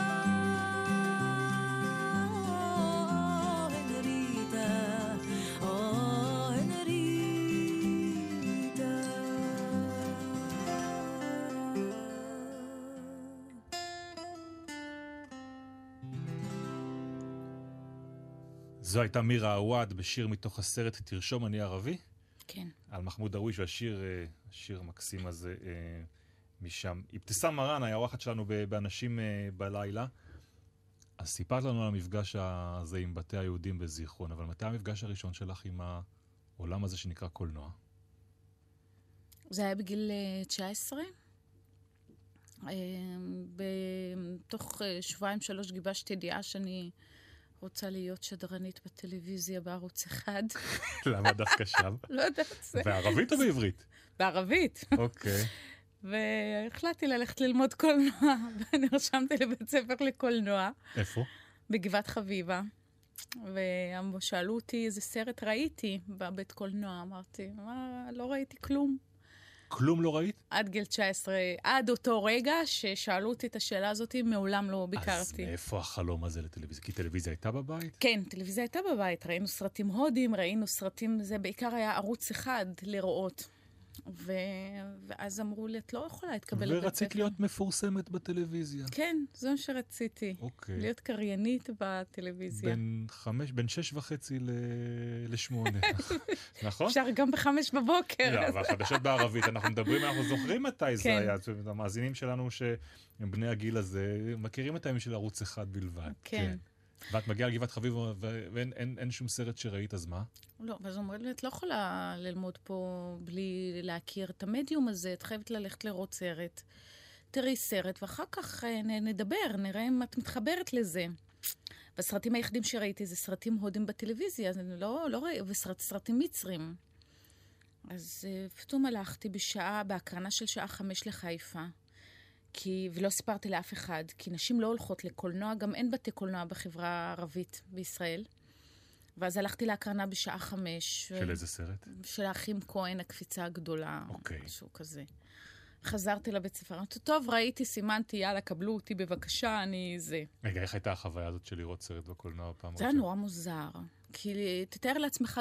זו הייתה מירה עוואד בשיר מתוך הסרט תרשום אני ערבי, כן. על מחמוד דרוויש, והשיר המקסים הזה משם. אבתיסאם מראענה היה האורחת שלנו באנשים בלילה. אז סיפרת לנו על המפגש הזה עם בתי היהודים בזיכרון, אבל מתי המפגש הראשון שלך עם העולם הזה שנקרא קולנוע? זה היה בגיל 19. בתוך 2-3 גיבשתי ידיעה שאני רוצה להיות שדרנית בטלוויזיה בערוץ אחד. למה דווקא שם? לא יודעת. בערבית או בעברית? בערבית. אוקיי. והחלטתי ללכת ללמוד קולנוע, ונרשמתי לבית ספר לקולנוע. איפה? בגבעת חביבה. ושאלו אותי איזה סרט ראיתי בבית קולנוע. אמרתי, לא ראיתי כלום. כלום לא ראית? עד גיל 19, עד אותו רגע ששאלו אותי את השאלה הזאת, מעולם לא ביקרתי. אז מאיפה החלום הזה לטלוויזיה? כי טלוויזיה הייתה בבית? כן, טלוויזיה הייתה בבית. ראינו סרטים הודים, ראינו סרטים, זה בעיקר היה ערוץ אחד לראות. ואז אמרו לי, את לא יכולה להתקבל לבית ספר. ורצית להיות מפורסמת בטלוויזיה. כן, זה מה שרציתי. אוקיי. להיות קריינית בטלוויזיה. בין 6:30 ל8. נכון? אפשר גם 5 בבוקר. לא, והחדשות בערבית, אנחנו מדברים, אנחנו זוכרים מתי זה היה. המאזינים שלנו שהם בני הגיל הזה, מכירים את הימים של ערוץ אחד בלבד. כן. ואת מגיעה לגבעת חביבה ואין שום סרט שראית, אז מה? לא, ואז אומרים לי, את לא יכולה ללמוד פה בלי להכיר את המדיום הזה, את חייבת ללכת לראות סרט. תראי סרט, ואחר כך נדבר, נראה אם את מתחברת לזה. והסרטים היחידים שראיתי זה סרטים הודים בטלוויזיה, אז אני לא ראיתי, וסרטים מצרים. אז פתאום הלכתי בהקרנה של שעה 5 לחיפה. ולא סיפרתי לאף אחד, כי נשים לא הולכות לקולנוע, גם אין בתי קולנוע בחברה הערבית בישראל. ואז הלכתי להקרנה בשעה 5. של איזה סרט? של האחים כהן, הקפיצה הגדולה. אוקיי. משהו כזה. חזרתי לבית ספר, אמרתי, טוב, ראיתי, סימנתי, יאללה, קבלו אותי בבקשה, אני זה. רגע, איך הייתה החוויה הזאת של לראות סרט בקולנוע פעם? זה היה נורא מוזר. כי תתאר לעצמך,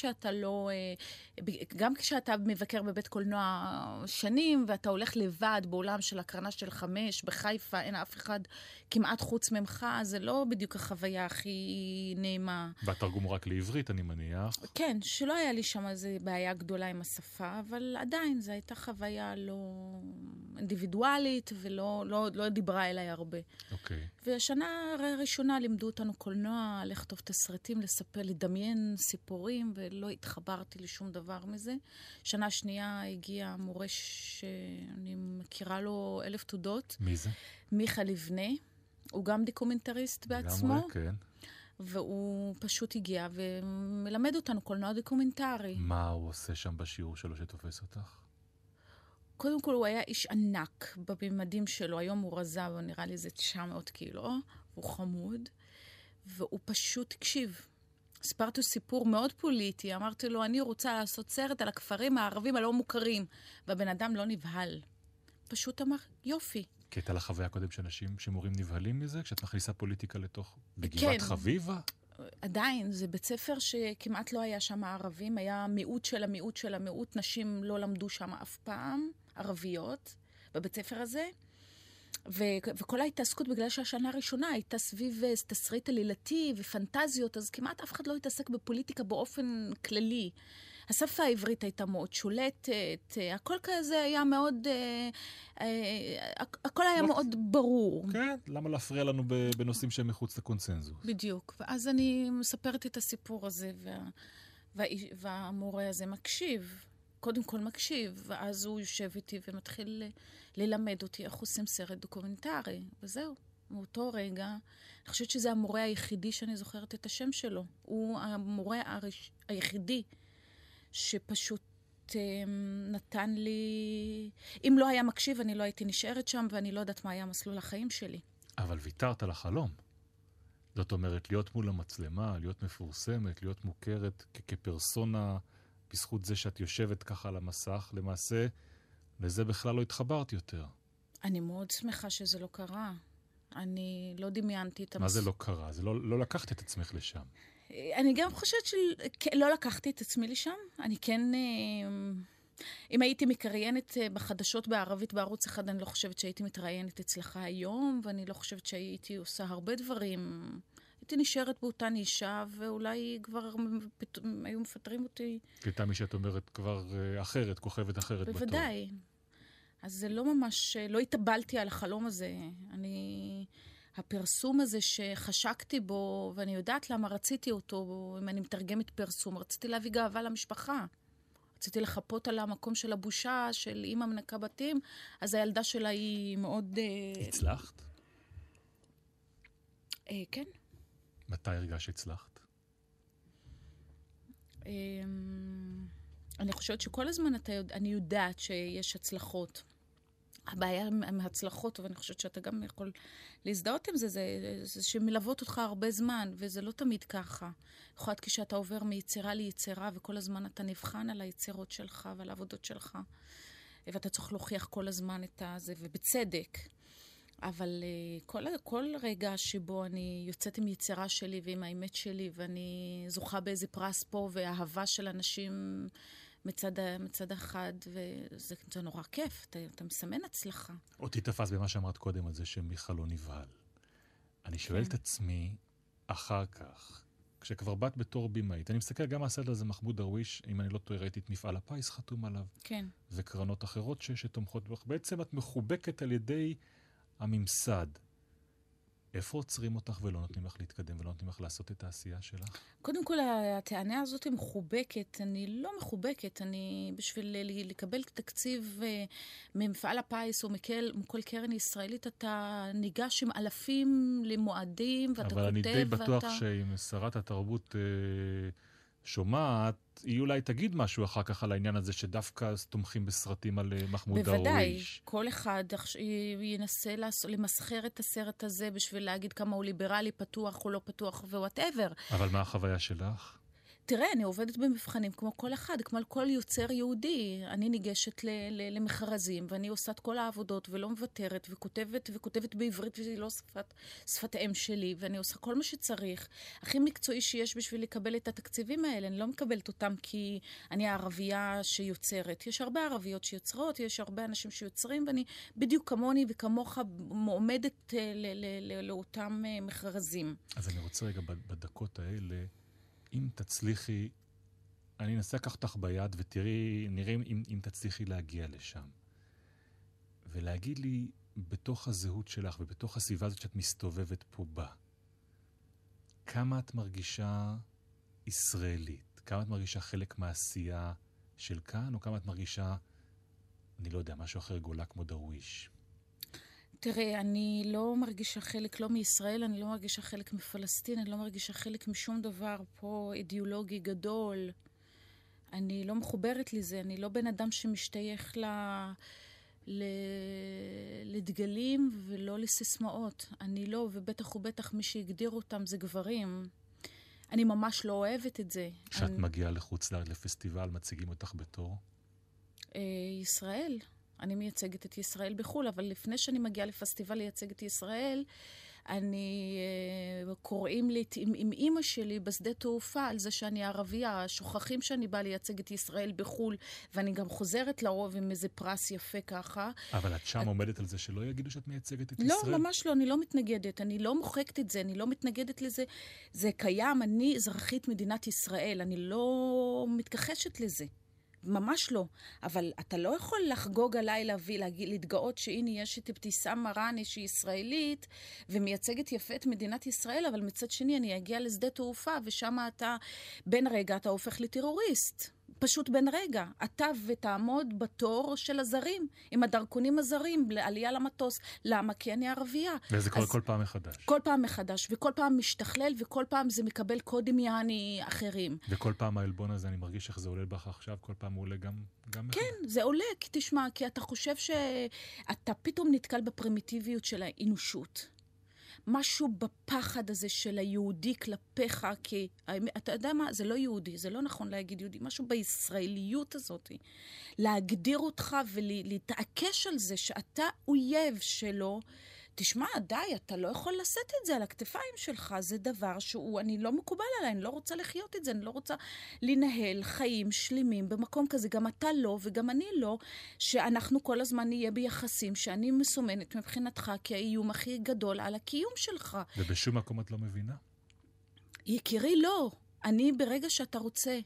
גם כשאתה מבקר בבית קולנוע שנים, ואתה הולך לבד בעולם של הקרנה של 5, בחיפה, אין אף אחד כמעט חוץ ממך, זה לא בדיוק החוויה הכי נעימה. והתרגום רק לעברית, אני מניח. כן, שלא היה לי שם איזו בעיה גדולה עם השפה, אבל עדיין זו הייתה חוויה לא אינדיבידואלית, ולא דיברה אליי הרבה. אוקיי. והשנה הראשונה לימדו אותנו קולנוע, לכתוב תסרטים, לספר, לדמיין סיפורים, ולא התחברתי לשום דבר מזה. שנה שנייה הגיע מורה שאני מכירה לו 1000 תודות. מי זה? מיכה לבנה. הוא גם דוקומנטריסט בעצמו. לגמרי, כן. והוא פשוט הגיע ומלמד אותנו קולנוע דוקומנטרי. מה הוא עושה שם בשיעור שלו שתופס אותך? קודם כל הוא היה איש ענק בממדים שלו. היום הוא רזה, ונראה לי זה 900 קילו. הוא חמוד. והוא פשוט הקשיב. הספרתי סיפור מאוד פוליטי. אמרתי לו, אני רוצה לעשות סרט על הכפרים הערבים הלא מוכרים. והבן אדם לא נבהל. פשוט אמר, יופי. כי הייתה לך חוויה קודם שמורים נבהלים מזה? כשאת מכניסה פוליטיקה בגבעת חביבה? עדיין, זה בית ספר שכמעט לא היה שם ערבים. היה מיעוט של המיעוט של המיעוט. נשים לא למדו שם אף פעם, ערביות, בבית ספר הזה. וכל ההתעסקות, בגלל שהשנה הראשונה הייתה סביב תסריט עלילתי ופנטזיות, אז כמעט אף אחד לא התעסק בפוליטיקה באופן כללי. השפה העברית הייתה מאוד שולטת, הכל כזה היה מאוד, הכל היה מאוד ברור. כן, למה להפריע לנו בנושאים שהם מחוץ לקונסנזוס? בדיוק. ואז אני מספרת את הסיפור הזה, והמורה הזה מקשיב. קודם כל מקשיב, ואז הוא יושב איתי ומתחיל ללמד אותי איך עושים סרט דוקומנטרי, וזהו. מאותו רגע, אני חושבת שזה המורה היחידי שאני זוכרת את השם שלו. הוא המורה היחידי שפשוט נתן לי... אם לא היה מקשיב, אני לא הייתי נשארת שם, ואני לא יודעת מה היה מסלול החיים שלי. אבל ויתרת על החלום. זאת אומרת, להיות מול המצלמה, להיות מפורסמת, להיות מוכרת כפרסונה, בזכות זה שאת יושבת ככה על המסך, למעשה, לזה בכלל לא התחברת יותר. אני מאוד שמחה שזה לא קרה. אני לא דמיינתי את מה זה לא קרה? זה לא לקחת את עצמך לשם. אני גם חושבת שלא לקחתי את עצמי לשם. אני כן... אם הייתי מקריינת בחדשות בערבית בערוץ אחד, אני לא חושבת שהייתי מתראיינת אצלך היום, ואני לא חושבת שהייתי עושה הרבה דברים. הייתי נשארת באותה נישה, ואולי כבר היו מפטרים אותי. הייתה מי שאת אומרת כבר אחרת, כוכבת אחרת בתור. בוודאי. אז זה לא ממש, לא התאבלתי על החלום הזה. הפרסום הזה שחשקתי בו, ואני יודעת למה רציתי אותו, אם אני מתרגמת פרסום, רציתי להביא גאווה למשפחה. רציתי לחפות על המקום של הבושה, של אמא מנקה בתים, אז הילדה שלה היא מאוד... הצלחת? כן. מתי הרגש שהצלחת? אני חושבת שכל הזמן אני יודעת שיש הצלחות. הבעיה עם הצלחות, ואני חושבת שאתה גם יכול להזדהות עם זה, זה שמלוות אותך הרבה זמן, וזה לא תמיד ככה. יכול להיות כשאתה עובר מיצירה ליצירה, וכל הזמן אתה נבחן על היצירות שלך ועל העבודות שלך, ואתה צריך להוכיח כל הזמן את זה, ובצדק. אבל כל רגע שבו אני יוצאת עם יצירה שלי ועם האמת שלי, ואני זוכה באיזה פרס פה, והאהבה של אנשים מצד אחד, וזה נורא כיף, אתה מסמן הצלחה. אותי תפס במה שאמרת קודם על זה שמיכל לא נבהל. אני שואל את עצמי אחר כך, כשכבר באת בתור בימאית, אני מסתכל גם מהסרט הזה מחמוד דרוויש, אם אני לא טועה, ראיתי את מפעל הפיס חתום עליו. כן. וקרנות אחרות שתומכות בך. בעצם את מחובקת על ידי הממסד. איפה עוצרים אותך ולא נותנים לך להתקדם ולא נותנים לך לעשות את העשייה שלך? קודם כל, הטענה הזאת היא מחובקת. אני לא מחובקת. אני, בשביל לקבל תקציב ממפעל הפיס או מכל קרן ישראלית, אתה ניגש עם אלפים למועדים, ואתה כותב, אבל אני די בטוח שאם שרת התרבות שומעת, היא אולי תגיד משהו אחר כך על העניין הזה שדווקא תומכים בסרטים על מחמוד דרוויש. בוודאי, כל אחד ינסה למסחר את הסרט הזה בשביל להגיד כמה הוא ליברלי, פתוח או לא פתוח ווואטאבר. אבל מה החוויה שלך? תראה, אני עובדת במבחנים כמו כל אחד, כמו כל יוצר יהודי. אני ניגשת למכרזים, ואני עושה את כל העבודות ולא מוותרת, וכותבת בעברית, וזה לא שפת אם שלי, ואני עושה כל מה שצריך. הכי מקצועי שיש בשביל לקבל את התקציבים האלה. אני לא מקבלת אותם כי אני הערבייה שיוצרת. יש הרבה ערביות שיוצרות, יש הרבה אנשים שיוצרים, ואני בדיוק כמוני וכמוך מועמדת לאותם מכרזים. אז אני רוצה רגע בדקות האלה, אם תצליחי, אני אנסה לקח אותך ביד ותראי, נראה אם תצליחי להגיע לשם. ולהגיד לי, בתוך הזהות שלך ובתוך הסביבה הזאת שאת מסתובבת פה בה, כמה את מרגישה ישראלית? כמה את מרגישה חלק מהעשייה של כאן, או כמה את מרגישה, אני לא יודע, משהו אחר גולה כמו דרוויש? תראה, אני לא מרגישה חלק לא מישראל, אני לא מרגישה חלק מפלסטין, אני לא מרגישה חלק משום דבר פה אידיאולוגי גדול. אני לא מחוברת לזה, אני לא בן אדם שמשתייך לדגלים ולא לסיסמאות. אני לא, ובטח ובטח מי שיגדיר אותם זה גברים. אני ממש לא אוהבת את זה. כשאת מגיעה לחוץ לארץ לפסטיבל, מציגים אותך בתור? ישראל. אני מייצגת את ישראל בחול, אבל לפני שאני מגיעה לפסטיבל לייצג את ישראל, קוראים לי עם אמא שלי בשדה תעופה על זה שאני ערבייה, שוכחים שאני באה לייצג את ישראל בחול, ואני גם חוזרת לרוב עם איזה פרס יפה ככה. אבל את שם עומדת על זה שלא יגידו שאת מייצגת את לא, ישראל? לא, ממש לא, אני לא מתנגדת, אני לא מוחקת את זה, אני לא מתנגדת לזה. זה קיים, אני אזרחית מדינת ישראל, אני לא מתכחשת לזה. ממש לא. אבל אתה לא יכול לחגוג עליי להתגאות שהנה יש את אבתיסאם מראענה שהיא ישראלית ומייצגת יפה את מדינת ישראל, אבל מצד שני אני אגיע לשדה תעופה ושם אתה, בין רגע אתה הופך לטרוריסט. פשוט בין רגע. אתה ותעמוד בתור של הזרים, עם הדרכונים הזרים, לעלייה למטוס. למה? כי אני ערבייה. וזה קורה כל פעם מחדש. כל פעם מחדש, וכל פעם משתכלל, וכל פעם זה מקבל קודים יעני אחרים. וכל פעם האלבון הזה, אני מרגיש איך זה עולה בך עכשיו, כל פעם הוא עולה גם מחדש. כן, זה עולה, כי תשמע, כי אתה חושב שאתה פתאום נתקל בפרימיטיביות של האנושות. משהו בפחד הזה של היהודי כלפיך, כי אתה יודע מה, זה לא יהודי, זה לא נכון להגיד יהודי, משהו בישראליות הזאת, להגדיר אותך ולהתעקש על זה שאתה אויב שלו, תשמע, די, אתה לא יכול לשאת את זה על הכתפיים שלך, זה דבר שהוא, אני לא מקובל עליי, אני לא רוצה לחיות את זה, אני לא רוצה לנהל חיים שלמים במקום כזה, גם אתה לא וגם אני לא, שאנחנו כל הזמן נהיה ביחסים, שאני מסומנת מבחינתך כאיום הכי גדול על הקיום שלך. ובשום מקום את לא מבינה? יקירי, לא. אני ברגע שאתה רוצה,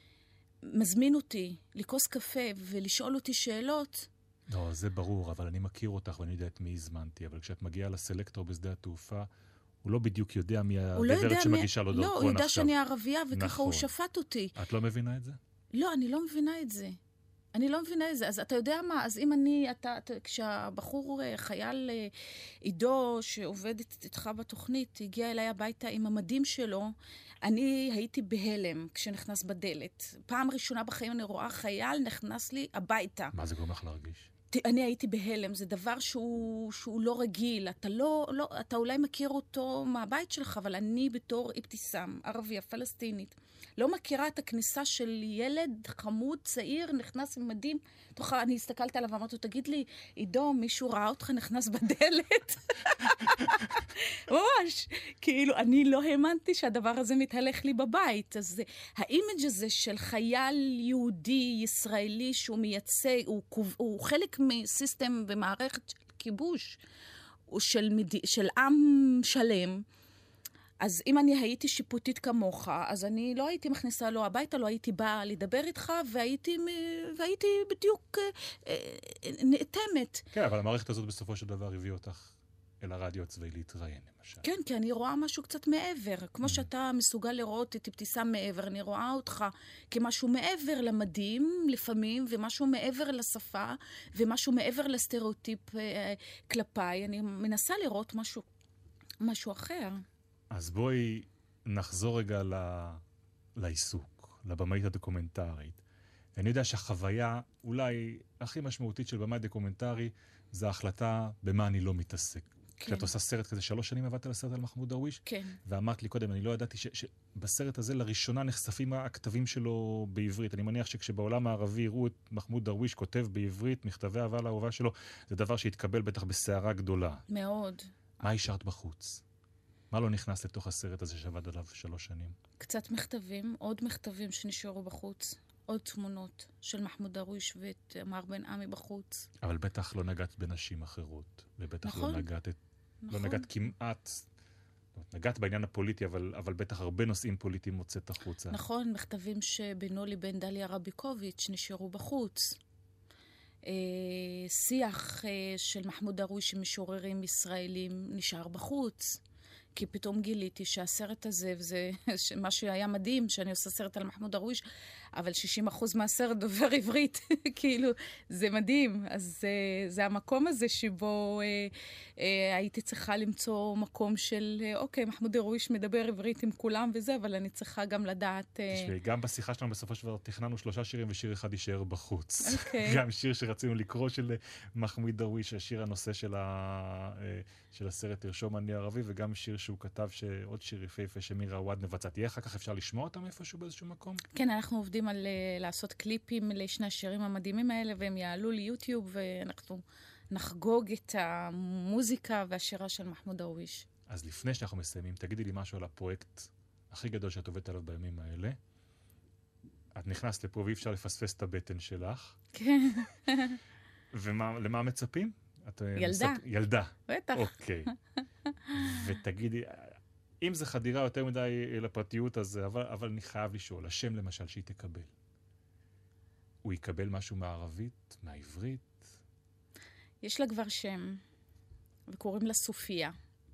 מזמין אותי לכוס קפה ולשאול אותי שאלות, לא, זה ברור, אבל אני מכיר אותך ואני יודע את מי הזמנתי, אבל כשאת מגיעה לסלקטור בשדה התעופה, הוא לא בדיוק יודע מי הגברת שמגישה לו דרכון עכשיו. לא, הוא יודע שאני ערבייה וככה הוא שפט אותי. את לא מבינה את זה? לא, אני לא מבינה את זה. אני לא מבינה את זה. אז אתה יודע מה? אז אם כשהבחור חייל עידו שעובדת איתך בתוכנית, הגיע אליי הביתה עם המדים שלו, אני הייתי בהלם כשנכנס בדלת. פעם ראשונה בחיים אני רואה חייל נכנס לי הביתה. מה זה גורם לך להרגיש? אני הייתי בהלם, זה דבר שהוא לא רגיל, אתה אולי מכיר אותו מהבית שלך, אבל אני בתור אבתיסאם, ערבייה, פלסטינית, לא מכירה את הכניסה של ילד חמוד, צעיר, נכנס עם מדים, אני הסתכלת עליו ואמרתי לו, תגיד לי, עידו, מישהו ראה אותך נכנס בדלת? ממש, כאילו, אני לא האמנתי שהדבר הזה מתהלך לי בבית, אז האימג' הזה של חייל יהודי, ישראלי, שהוא מייצג, הוא חלק מסיסטם ומערכת של כיבוש, של עם שלם, אז אם אני הייתי שיפוטית כמוך, אז אני לא הייתי מכניסה לו הביתה, לא הייתי באה לדבר איתך, והייתי בדיוק נאטמת. כן, אבל המערכת הזאת בסופו של דבר הביא אותך אל הרדיו הצבאי להתראיין, למשל. כן, כי אני רואה משהו קצת מעבר. כמו שאתה מסוגל לראות את אבתיסאם מעבר, אני רואה אותך כמשהו מעבר למדים לפעמים, ומשהו מעבר לשפה, ומשהו מעבר לסטריאוטיפ כלפיי. אני מנסה לראות משהו אחר. אז בואי נחזור רגע לעיסוק, לבמאית הדוקומנטרית. אני יודע שהחוויה אולי הכי משמעותית של במאי דוקומנטרי זה ההחלטה במה אני לא מתעסק. כן. כשאת עושה סרט כזה, 3 שנים עבדת על הסרט על מחמוד דרוויש, כן. ואמרת לי קודם, אני לא ידעתי שבסרט הזה לראשונה נחשפים הכתבים שלו בעברית. אני מניח שכשבעולם הערבי יראו את מחמוד דרוויש כותב בעברית מכתבי אהבה לאהובה שלו, זה דבר שהתקבל בטח בסערה גדולה. מאוד. מה השארת בחוץ? מה לא נכנס לתוך הסרט הזה שעבד עליו 3 שנים? קצת מכתבים, עוד מכתבים שנשארו בחוץ, עוד תמונות של מחמוד דרוויש ואת עמר בן עמי בחוץ. אבל בטח לא נגעת בנשים אחרות, ובטח נכון, לא נגעת, נכון. לא נגעת כמעט, נגעת בעניין הפוליטי, אבל בטח הרבה נושאים פוליטיים מוצאת החוצה. נכון, מכתבים שבינו לבין דליה רביקוביץ' נשארו בחוץ. שיח של מחמוד דרוויש עם משוררים ישראלים נשאר בחוץ. כי פתאום גיליתי שהסרט הזה, וזה מה שהיה מדהים, שאני עושה סרט על מחמוד דרוויש, אבל 60% מהסרט דובר עברית, כאילו, זה מדהים. אז זה המקום הזה שבו הייתי צריכה למצוא מקום של, אוקיי, מחמוד דרוויש מדבר עברית עם כולם וזה, אבל אני צריכה גם לדעת... תשמעי, גם בשיחה שלנו בסופו של דבר תכננו 3 שירים ושיר אחד יישאר בחוץ. אוקיי. גם שיר שרצינו לקרוא של מחמוד דרוויש, השיר הנושא של הסרט תרשום אני ערבי, וגם שיר שהוא כתב שעוד שיר יפה שמירה עווד מבצעת. תהיה אחר כך אפשר לשמוע אותם איפשהו באיזשהו מקום? כן, אנחנו עובדים על לעשות קליפים לשני השירים המדהימים האלה, והם יעלו ליוטיוב, ואנחנו נחגוג את המוזיקה והשירה של מחמוד דרוויש. אז לפני שאנחנו מסיימים, תגידי לי משהו על הפרויקט הכי גדול שאת עובדת עליו בימים האלה. את נכנסת לפה ואי אפשר לפספס את הבטן שלך. כן. ולמה מצפים? ילדה. ילדה. בטח. אוקיי. ותגידי, אם זה חדירה יותר מדי לפרטיות, אבל אני חייב לשאול, השם למשל שהיא תקבל. הוא יקבל משהו מהערבית, מהעברית? יש לה כבר שם, וקוראים לה סופיה.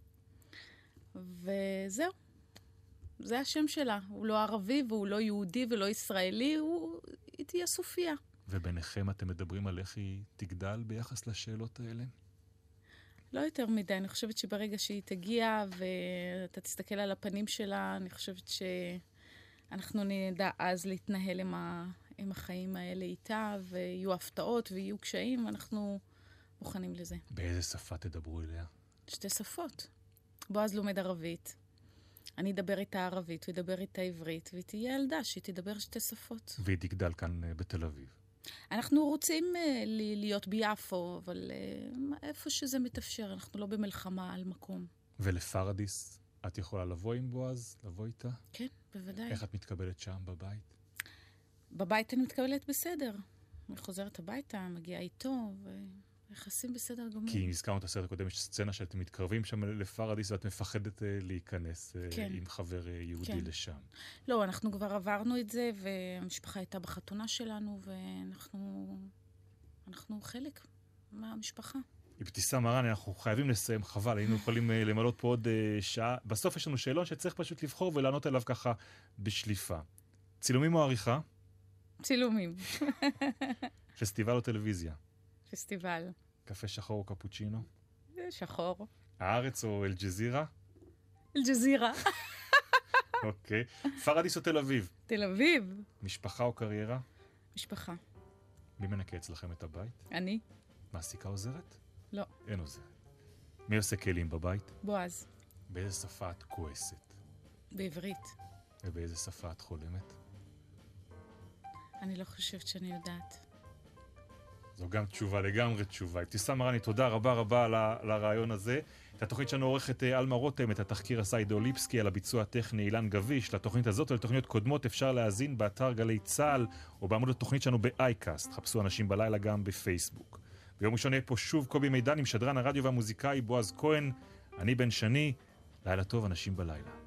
וזהו. זה השם שלה. הוא לא ערבי והוא לא יהודי ולא ישראלי, היא תהיה סופיה. וביניכם אתם מדברים על איך היא תגדל ביחס לשאלות האלה? לא יותר מדי. אני חושבת שברגע שהיא תגיע ואתה תסתכל על הפנים שלה, אני חושבת שאנחנו נדע אז להתנהל עם החיים האלה איתה, ויהיו הפתעות ויהיו קשיים, אנחנו מוכנים לזה. באיזה שפה תדברו אליה? 2 שפות. בועז לומד ערבית. אני אדבר איתה ערבית, הוא ידבר איתה עברית, והיא תהיה ילדה שהיא תדבר 2 שפות. והיא תגדל כאן בתל אביב. אנחנו רוצים להיות ביפו, אבל איפה שזה מתאפשר, אנחנו לא במלחמה על מקום. ולפרדיס, את יכולה לבוא עם בועז? לבוא איתה? כן, בוודאי. איך את מתקבלת שם בבית? בבית אני מתקבלת בסדר. אני חוזרת הביתה, מגיעה איתו, ויחסים בסדר גמור. כי נזכרנו את הסרט הקודם, יש סצנה שאתם מתקרבים שם לפרדיס, ואת מפחדת להיכנס כן. עם חבר יהודי כן. לשם. לא, אנחנו כבר עברנו את זה, והמשפחה הייתה בחתונה שלנו, ואנחנו חלק מהמשפחה. אבתיסאם מראענה, אנחנו חייבים לסיים, חבל, היינו יכולים למלות פה עוד שעה. בסוף יש לנו שאלון שצריך פשוט לבחור ולענות עליו ככה בשליפה. צילומים או עריכה? צילומים. פסטיבל או טלוויזיה? פסטיבל. קפה שחור או קפוצ'ינו? שחור. הארץ או אל-ג'זירה? אל-ג'זירה. אוקיי. פרדיס או תל אביב? תל אביב. משפחה או קריירה? משפחה. מי מנקה אצלכם את הבית? אני? מעסיקה עוזרת? לא. אין עוזרת. מי עושה כלים בבית? בועז. באיזה שפה את כועסת? בעברית. ובאיזה שפה את חולמת? אני לא חושבת שאני יודעת. זו גם תשובה, לגמרי תשובה. אבתיסאם מראענה, תודה רבה רבה על הרעיון הזה. את התוכנית שלנו עורכת אלמה רותם, את התחקיר עשה עידו ליפסקי, על הביצוע הטכני אילן גביש. לתוכנית הזאת ולתוכניות קודמות אפשר להאזין באתר גלי צה"ל, או בעמוד התוכנית שלנו באייקאסט. חפשו אנשים בלילה גם בפייסבוק. ביום ראשון יהיה פה שוב קובי מידן עם שדרן הרדיו והמוזיקאי בועז כהן. אני בן שני, לילה טוב, אנשים בלילה.